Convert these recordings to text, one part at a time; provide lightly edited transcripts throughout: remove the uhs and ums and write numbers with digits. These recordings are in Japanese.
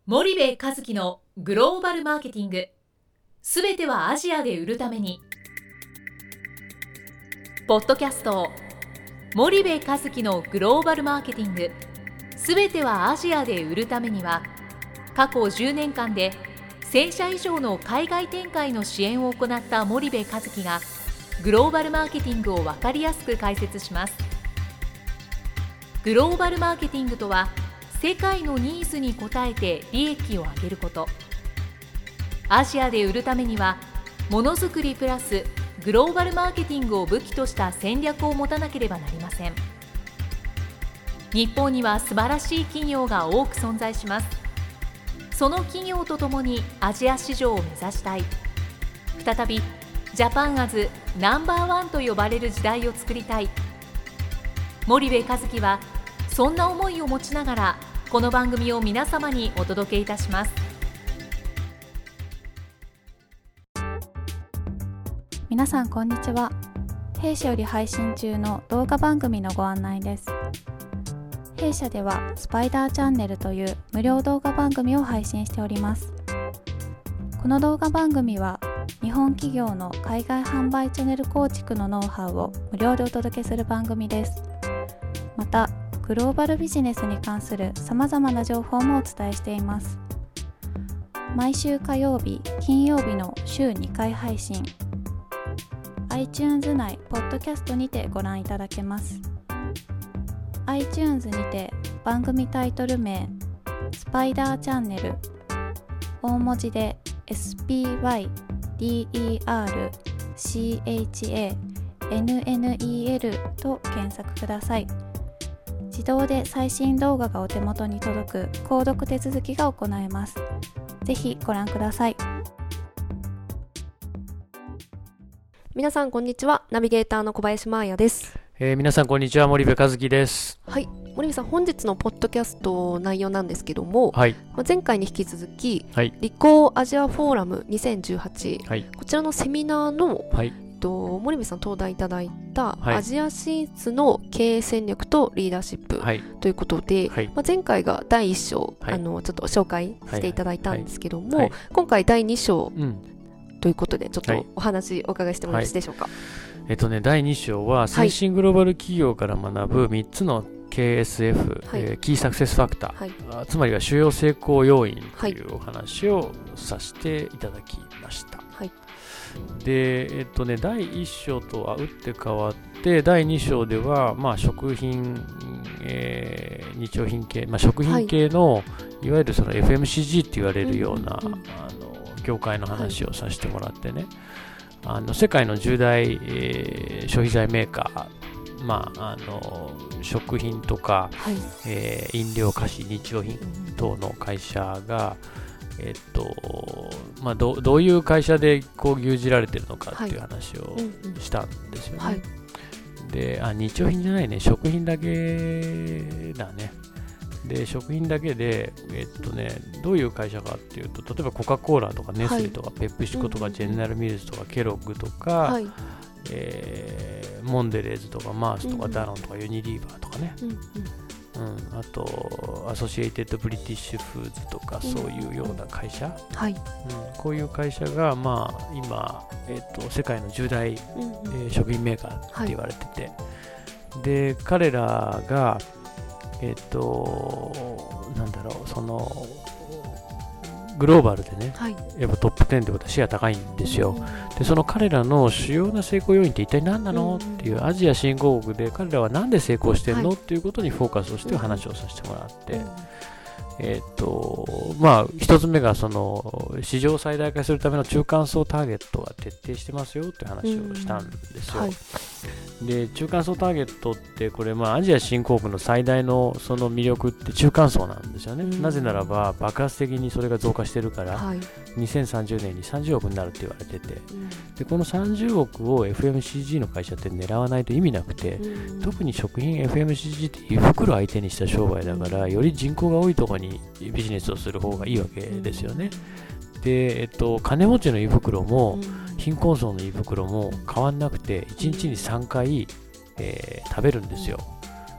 森部一樹のグローバルマーケティング、すべてはアジアで売るために。ポッドキャスト森部一樹のグローバルマーケティング、すべてはアジアで売るためには、過去10年間で1000社以上の海外展開の支援を行った森部一樹がグローバルマーケティングを分かりやすく解説します。グローバルマーケティングとは、世界のニーズに応えて利益を上げること。アジアで売るためには、ものづくりプラスグローバルマーケティングを武器とした戦略を持たなければなりません。日本には素晴らしい企業が多く存在します。その企業とともにアジア市場を目指したい。再びジャパンアズナンバーワンと呼ばれる時代を作りたい。森部一樹はそんな思いを持ちながら、この番組を皆様にお届けいたします。 皆さんこんにちは。弊社より配信中の動画番組のご案内です。弊社ではスパイダーチャンネルという無料動画番組を配信しております。この動画番組は日本企業の海外販売チャンネル構築のノウハウを無料でお届けする番組です。またグローバルビジネスに関するさまざまな情報もお伝えしています。毎週火曜日、金曜日の週2回配信。iTunes 内ポッドキャストにてご覧いただけます。iTunes にて番組タイトル名スパイダーチャンネル、大文字で SPYDERCHANNEL と検索ください。自動で最新動画がお手元に届く購読手続きが行えます。ぜひご覧ください。 皆さんこんにちは。ナビゲーターの小林真彩です。 皆さんこんにちは。森部一樹です。 はい、森部さん、本日のポッドキャスト内容なんですけども、 はい、 前回に引き続き、 はい、 リコーアジアフォーラム2018、 はい、 こちらのセミナーの、 はい、 森部さん登壇いただいた、 はい、アジア進出の経営戦略とリーダーシップ、はい、ということで、はい、前回が第1章、はい、ちょっと紹介していただいたんですけども、はいはい、今回第2章、ということでちょっとお話お伺いしてもよろしいでしょうか。 第2章は先進グローバル企業から学ぶ3つの KSF、キーサクセスファクター、つまりは主要成功要因というお話をさせていただきました。はい、で、第1章とは打って変わって第2章では、食品、日用品系、食品系の、いわゆるその FMCG って言われるような、業界の話をさせてもらってね、世界の10大、消費財メーカー、食品とか、飲料菓子日用品等の会社が、どういう会社でこう牛耳られてるのかっていう話をしたんですよね。で、日用品じゃないね、食品だけだね。で、食品だけで、どういう会社かっていうと、例えばコカ・コーラとかネスレとか、ペプシコとかジェネラルミルズとかケロッグとか、モンデレーズとかマースとかダノンとかユニリーバーとかね、あとアソシエイテッドブリティッシュフーズとか、そういうような会社、こういう会社が、今、世界の10大、食品メーカーって言われてて、で、彼らがそのグローバルでね、やっぱトップ10ってことはシェア高いんですよ。で、その彼らの主要な成功要因って一体何なのっていう、アジア新興国で彼らは何で成功してんのっていうことにフォーカスをして話をさせてもらって、一つ目がその市場を最大化するための中間層ターゲットが徹底してますよっていう話をしたんですよ。で、中間層ターゲットってこれ、アジア新興国の最大のその魅力って中間層なんですよね。なぜならば爆発的にそれが増加してるから、2030年に30億になるって言われてて、でこの30億を FMCG の会社って狙わないと意味なくて、特に食品 FMCG って胃袋相手にした商売だから、より人口が多いところにビジネスをする方がいいわけですよね。で、金持ちの胃袋も、貧困層の胃袋も変わんなくて、1日に3回、食べるんですよ。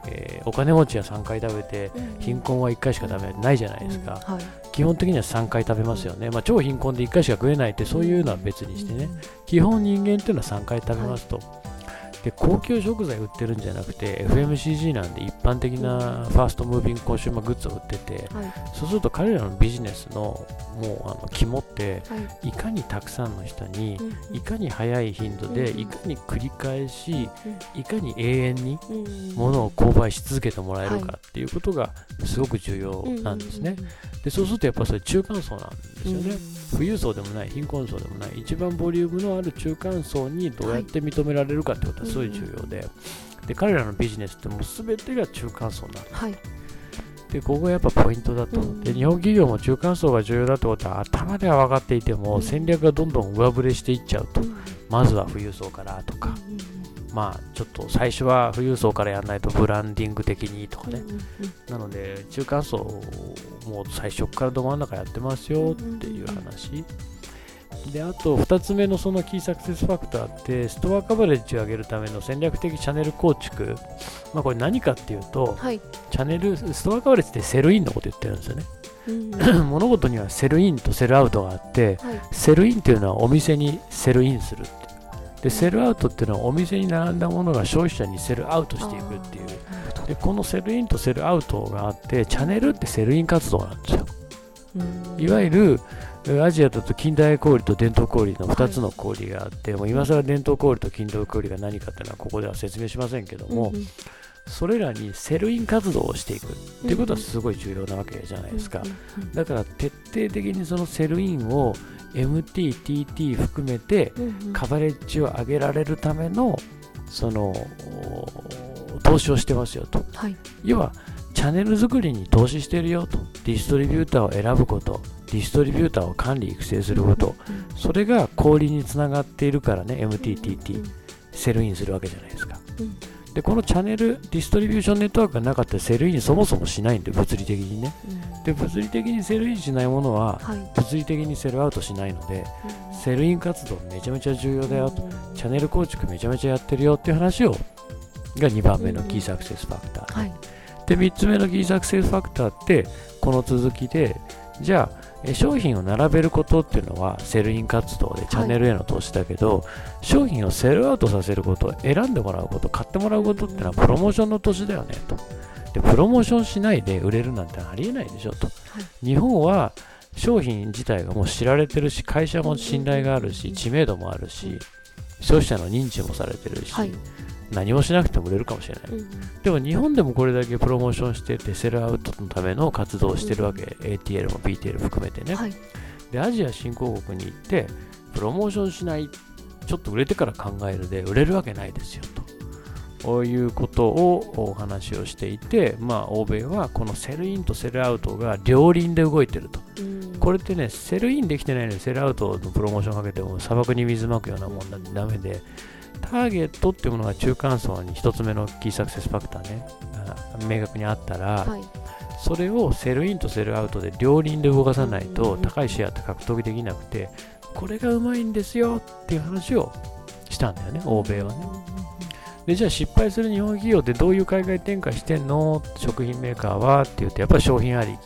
お金持ちは3回食べて、貧困は1回しか食べないじゃないですか、基本的には3回食べますよね、超貧困で1回しか食えないってそういうのは別にしてね、基本人間っていうのは3回食べますと、で高級食材売ってるんじゃなくて FMCG なんで一般的なファーストムービングコンシューマーグッズを売ってて、そうすると彼らのビジネスのもう肝って、いかにたくさんの人に、いかに早い頻度で、いかに繰り返し、いかに永遠に物を購買し続けてもらえるかっていうことがすごく重要なんですね。でそうするとやっぱそれ中間層なんですよね。富裕層でもない、貧困層でもない、一番ボリュームのある中間層にどうやって認められるかってことはすごい重要で、で彼らのビジネスってもう全てが中間層なんです。でここがやっぱポイントだと、で日本企業も中間層が重要だってことは頭では分かっていても、戦略がどんどん上振れしていっちゃうと、まずは富裕層からとか、ちょっと最初は富裕層からやらないとブランディング的にとかね、なので中間層も最初からど真ん中やってますよっていう話で、あと2つ目のそのキーサクセスファクターってストアカバレッジを上げるための戦略的チャンネル構築、これ何かっていうと、チャンネルストアカバレッジってセルインのこと言ってるんですよね。物事にはセルインとセルアウトがあって、セルインっていうのはお店にセルインするで、セルアウトっていうのはお店に並んだものが消費者にセルアウトしていくっていう。でこのセルインとセルアウトがあって、チャンネルってセルイン活動なんですよ。いわゆるアジアだと近代小売と伝統小売の2つの小売があって、もう今更伝統小売と近代小売が何かっていうのはここでは説明しませんけども、それらにセルイン活動をしていくっていうことはすごい重要なわけじゃないですか。だから徹底的にそのセルインを MT、TT 含めてカバレッジを上げられるためのその投資をしてますよと、要はチャンネル作りに投資してるよと、ディストリビューターを選ぶこと、ディストリビューターを管理育成すること、それが小売につながっているからね、MT、TT セルインするわけじゃないですか。でこのチャンネルディストリビューションネットワークがなかったらセルインそもそもしないんで、物理的にね、で物理的にセルインしないものは、物理的にセルアウトしないので、セルイン活動めちゃめちゃ重要だよと、チャンネル構築めちゃめちゃやってるよっていう話をが2番目のキーサクセスファクター、で3つ目のキーサクセスファクターってこの続きで、じゃあ商品を並べることっていうのはセルイン活動でチャンネルへの投資だけど、商品をセルアウトさせること、選んでもらうこと、買ってもらうことっていうのはプロモーションの投資だよねと。でプロモーションしないで売れるなんてありえないでしょと。日本は商品自体がもう知られてるし、会社も信頼があるし、知名度もあるし、消費者の認知もされてるし、何もしなくても売れるかもしれない、でも日本でもこれだけプロモーションしててセルアウトのための活動をしてるわけ、ATL も BTL 含めてね、でアジア新興国に行ってプロモーションしない、ちょっと売れてから考えるで売れるわけないですよと、こういうことをお話をしていて、欧米はこのセルインとセルアウトが両輪で動いてると、これってね、セルインできてないのにセルアウトのプロモーションかけても砂漠に水まくようなもんなんでダメで、ターゲットっていうものが中間層に一つ目のキーサクセスファクターね、明確にあったら、それをセルインとセルアウトで両輪で動かさないと高いシェアって獲得できなくて、これがうまいんですよっていう話をしたんだよね、欧米はね。でじゃあ失敗する日本企業ってどういう海外展開してんの、食品メーカーはっていうとやっぱり商品ありき、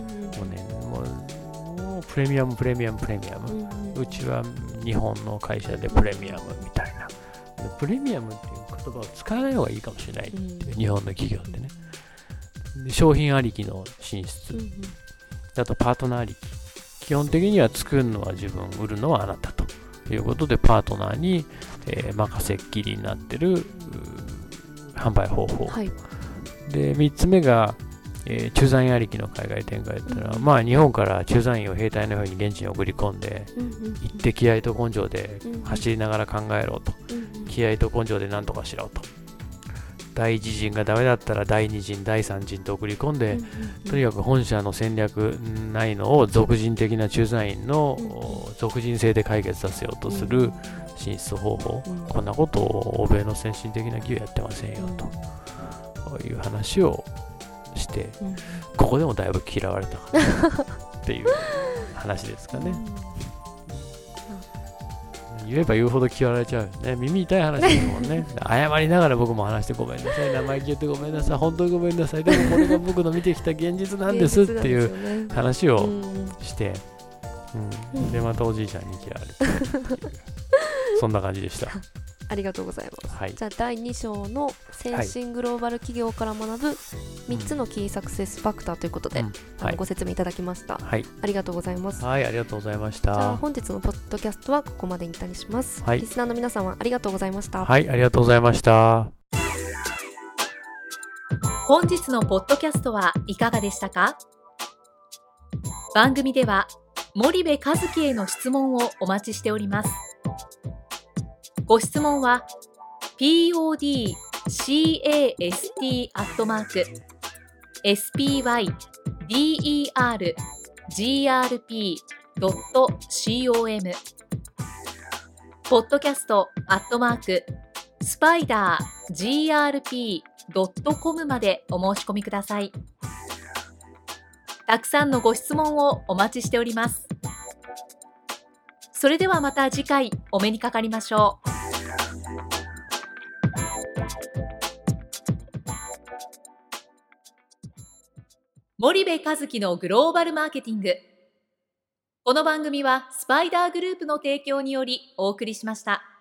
もうプレミアム、うちは日本の会社でプレミアムみたいな、プレミアムっていう言葉を使わない方がいいかもしれないっていう、日本の企業ってね。で商品ありきの進出、あとパートナーありき、基本的には作るのは自分、売るのはあなたということでパートナーに、任せっきりになってる販売方法、で3つ目が、駐在員ありきの海外展開っていうのは、日本から駐在員を兵隊のように現地に送り込んで、行って気合と根性で走りながら考えろと、気合と根性で何とかしろと、第一陣がダメだったら第二陣、第三陣と送り込んで、とにかく本社の戦略ないのを属人的な駐在員の属人性で解決させようとする進出方法、こんなことを欧米の先進的な企業やってませんよという話をして、ここでもだいぶ嫌われたっていう話ですかね。 言えば言うほど嫌われちゃうよね。耳痛い話ですもんね。謝りながら僕も話してごめんなさい、生意気言ってごめんなさい、本当にごめんなさい、でもこれが僕の見てきた現実なんですっていう話をして、でまたおじいちゃんに嫌われてそんな感じでした。 ありがとうございます、 はい、 じゃあ第2章の先進グローバル企業から学ぶ3つのキーサクセスファクターということで、ご説明いただきました、はい、ありがとうございます。 はい、ありがとうございました。 じゃあ本日のポッドキャストはここまでにいたします、リスナーの皆様ありがとうございました。 はい、ありがとうございました。 本日のポッドキャストはいかがでしたか？番組では森部一樹への質問をお待ちしております。ご質問は podcast@spydergrp.com podcast@spidergrp.com までお申し込みください。たくさんのご質問をお待ちしております。それではまた次回お目にかかりましょう。森部一樹のグローバルマーケティング。この番組はスパイダーグループの提供によりお送りしました。